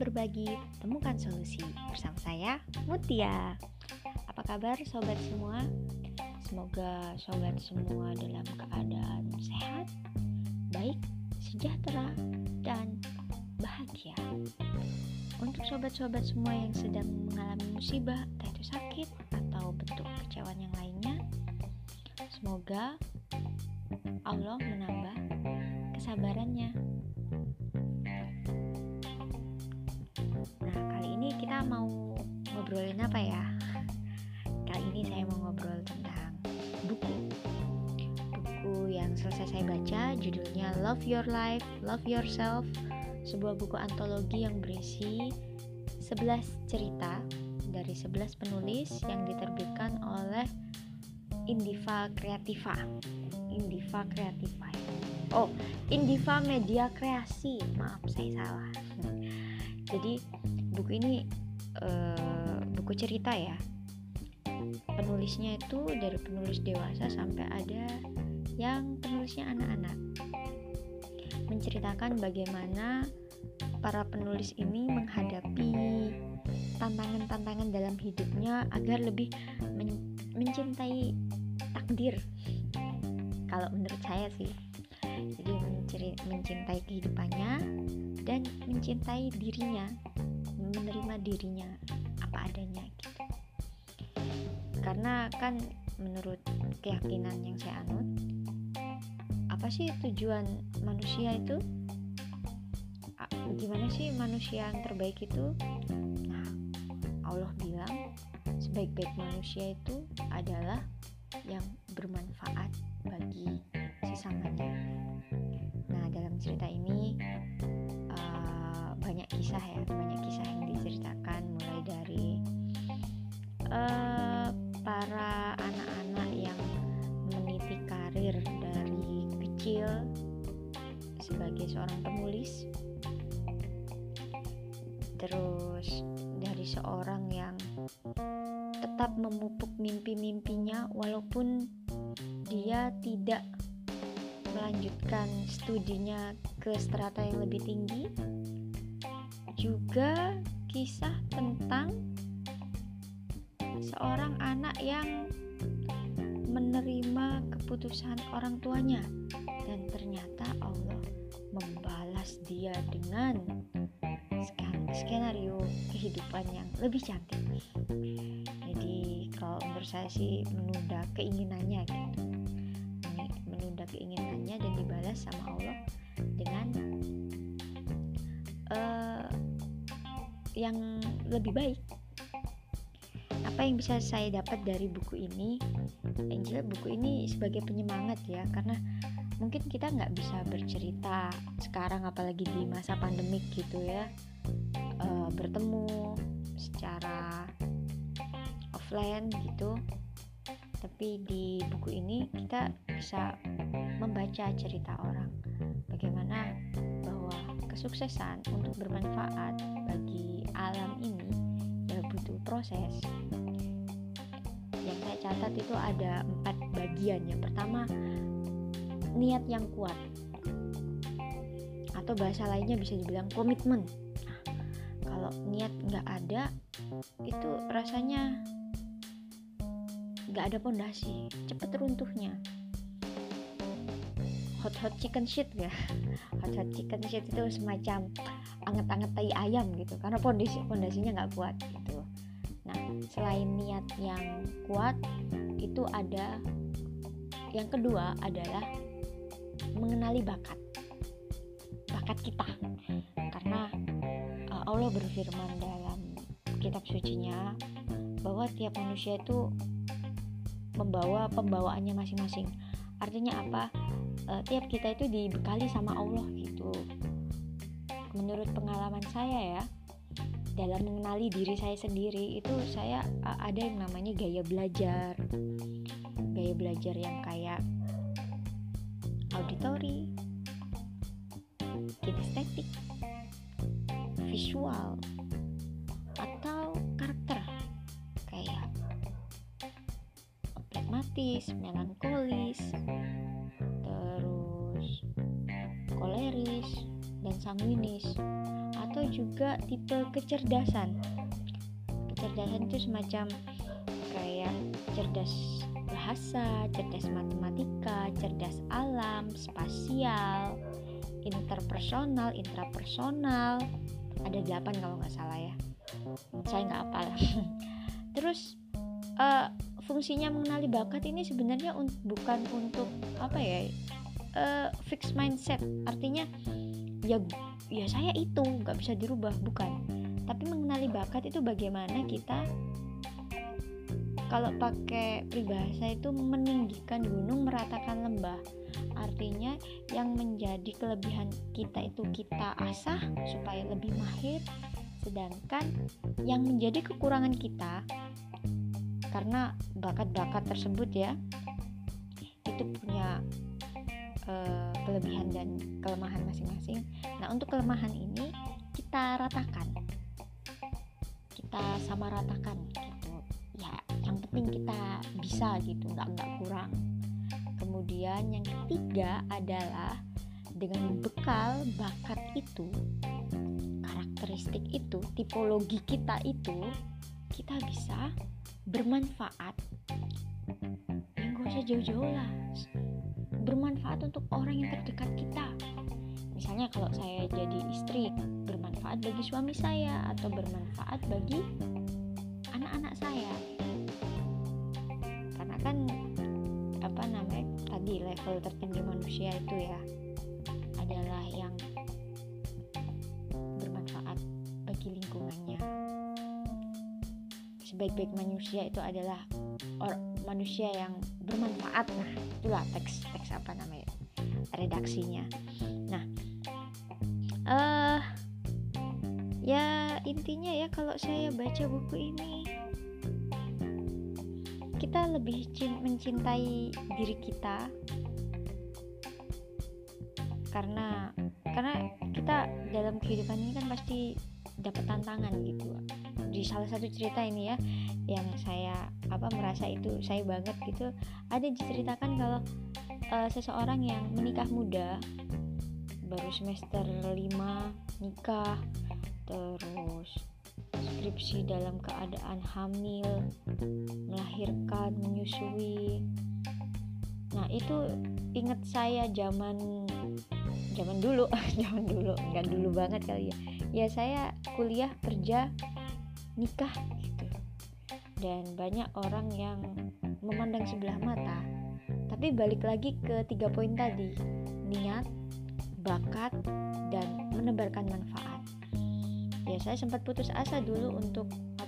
berbagi, temukan solusi. Bersama saya, Mutia. Apa kabar sobat semua? Semoga sobat semua dalam keadaan sehat, baik, sejahtera, dan bahagia. Untuk sobat-sobat semua yang sedang mengalami musibah, entah itu sakit atau bentuk kecewaan yang lainnya, semoga Allah menambah kesabarannya. Nah, kali ini kita mau ngobrolin apa ya? Kali ini saya mau ngobrol tentang buku yang selesai saya baca, judulnya Love Your Life, Love Yourself, sebuah buku antologi yang berisi 11 cerita dari 11 penulis yang diterbitkan oleh Indiva Kreativa Media Kreasi, maaf saya salah. Jadi buku ini buku cerita ya. Penulisnya itu dari penulis dewasa sampai ada yang penulisnya anak-anak. Menceritakan bagaimana para penulis ini menghadapi tantangan-tantangan dalam hidupnya agar lebih mencintai takdir. Kalau menurut saya sih, jadi mencintai kehidupannya dan mencintai dirinya, menerima dirinya apa adanya gitu. Karena kan menurut keyakinan yang saya anut, apa sih tujuan manusia itu? Gimana sih manusia yang terbaik itu? Nah, Allah bilang sebaik-baik manusia itu adalah yang bermanfaat bagi sesamanya. Nah, dalam cerita ini banyak kisah yang diceritakan, mulai dari para anak-anak yang meniti karir dari kecil sebagai seorang penulis, terus dari seorang yang tetap memupuk mimpi-mimpinya walaupun dia tidak melanjutkan studinya ke strata yang lebih tinggi. Juga kisah tentang seorang anak yang menerima keputusan orang tuanya dan ternyata Allah membalas dia dengan skenario kehidupan yang lebih cantik. Jadi kalau menurut saya sih menunda keinginannya gitu, menunda keinginannya dan dibalas sama Allah dengan yang lebih baik. Apa yang bisa saya dapat dari buku ini? Yang jelas buku ini sebagai penyemangat ya, karena mungkin kita nggak bisa bercerita sekarang apalagi di masa pandemik gitu ya, bertemu secara offline gitu. Tapi di buku ini kita bisa membaca cerita orang, bagaimana bahwa kesuksesan untuk bermanfaat bagi alam ini ya butuh proses. Yang saya catat itu ada 4 bagian. Yang pertama, niat yang kuat, atau bahasa lainnya bisa dibilang komitmen. Kalau niat nggak ada, itu rasanya nggak ada pondasi, cepet runtuhnya. Hot chicken shit ya. Hot chicken shit itu semacam anget-anget tai ayam gitu, karena pondasinya nggak kuat gitu. Nah, selain niat yang kuat, itu ada yang kedua adalah mengenali bakat kita. Karena Allah berfirman dalam kitab sucinya bahwa tiap manusia itu membawa pembawaannya masing-masing. Artinya apa? Tiap kita itu dibekali sama Allah gitu. Menurut pengalaman saya ya, dalam mengenali diri saya sendiri itu saya ada yang namanya gaya belajar yang kayak auditory, kinestetik, visual, atau karakter kayak pragmatis, melankolis, terus koleris dan sanguinis, atau juga tipe kecerdasan. Kecerdasan itu semacam kayak cerdas bahasa, cerdas matematika, cerdas alam, spasial, interpersonal, intrapersonal. Ada 8 kalau nggak salah ya. Saya nggak hafal. Terus fungsinya mengenali bakat ini sebenarnya bukan untuk fixed mindset. Artinya ya saya itu nggak bisa dirubah, bukan. Tapi mengenali bakat itu bagaimana kita, kalau pakai peribahasa itu, meninggikan gunung, meratakan lembah. Artinya yang menjadi kelebihan kita itu kita asah supaya lebih mahir, sedangkan yang menjadi kekurangan kita, karena bakat-bakat tersebut ya itu punya kelebihan dan kelemahan masing-masing. Nah, untuk kelemahan ini kita ratakan, kita samaratakan gitu ya, yang penting kita bisa gitu, nggak kurang. Kemudian yang ketiga adalah dengan bekal bakat itu, karakteristik itu, tipologi kita itu, kita bisa bermanfaat. Nggak usah jauh-jauh lah, bermanfaat untuk orang yang terdekat kita. Misalnya kalau saya jadi istri, bermanfaat bagi suami saya atau bermanfaat bagi anak-anak saya. Karena kan tadi level tertinggi manusia itu ya adalah yang bermanfaat bagi lingkungannya. Sebaik-baik manusia itu adalah manusia yang bermanfaat. Nah, itulah teks redaksinya. Nah, ya intinya ya, kalau saya baca buku ini, kita lebih mencintai diri kita, karena kita dalam kehidupan ini kan pasti dapat tantangan gitu. Di salah satu cerita ini ya, yang saya merasa itu saya banget gitu, ada diceritakan kalau seseorang yang menikah muda, baru semester 5 nikah, terus skripsi dalam keadaan hamil, melahirkan, menyusui. Nah, itu ingat saya zaman dulu enggak dulu banget kali ya. Ya, saya kuliah, kerja, nikah gitu. Dan banyak orang yang memandang sebelah mata. Tapi balik lagi ke 3 poin tadi, niat, bakat, dan menebarkan manfaat. Ya, saya sempat putus asa dulu untuk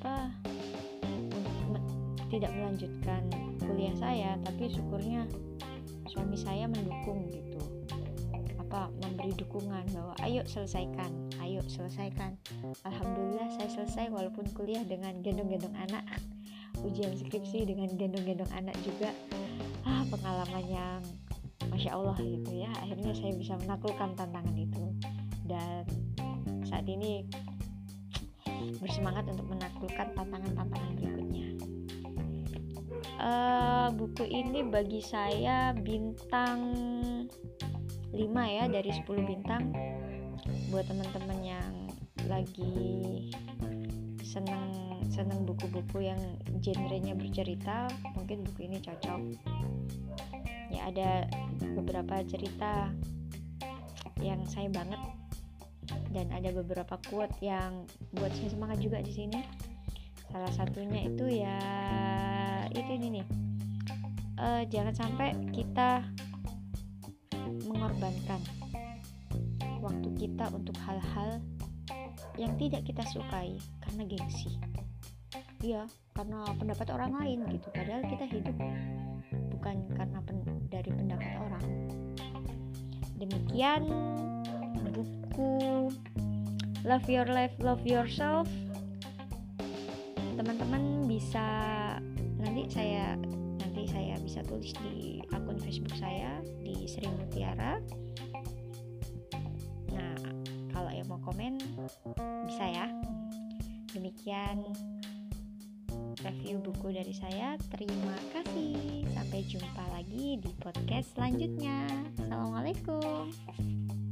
tidak melanjutkan kuliah saya, tapi syukurnya suami saya mendukung gitu, memberi dukungan bahwa ayo selesaikan. Alhamdulillah saya selesai, walaupun kuliah dengan gendong-gendong anak, ujian skripsi dengan gendong-gendong anak juga. Pengalaman yang Masya Allah gitu ya. Akhirnya saya bisa menaklukkan tantangan itu, dan saat ini bersemangat untuk menaklukkan tantangan-tantangan berikutnya. Buku ini bagi saya bintang 5 ya dari 10 bintang. Buat teman-teman yang lagi seneng buku-buku yang genrenya bercerita, mungkin buku ini cocok. Ya, ada beberapa cerita yang saya banget, dan ada beberapa quote yang buat saya semangat juga di sini. Salah satunya itu ya ini nih, jangan sampai kita mengorbankan waktu kita untuk hal-hal yang tidak kita sukai karena gengsi. Iya, karena pendapat orang lain gitu. Padahal kita hidup bukan karena dari pendapat orang. Demikian buku Love Your Life, Love Yourself. Teman-teman bisa nanti saya bisa tulis di akun Facebook saya di Sri Mutiara. Nah, kalau yang mau komen bisa ya. Demikian review buku dari saya. Terima kasih. Sampai jumpa lagi di podcast selanjutnya. Assalamualaikum.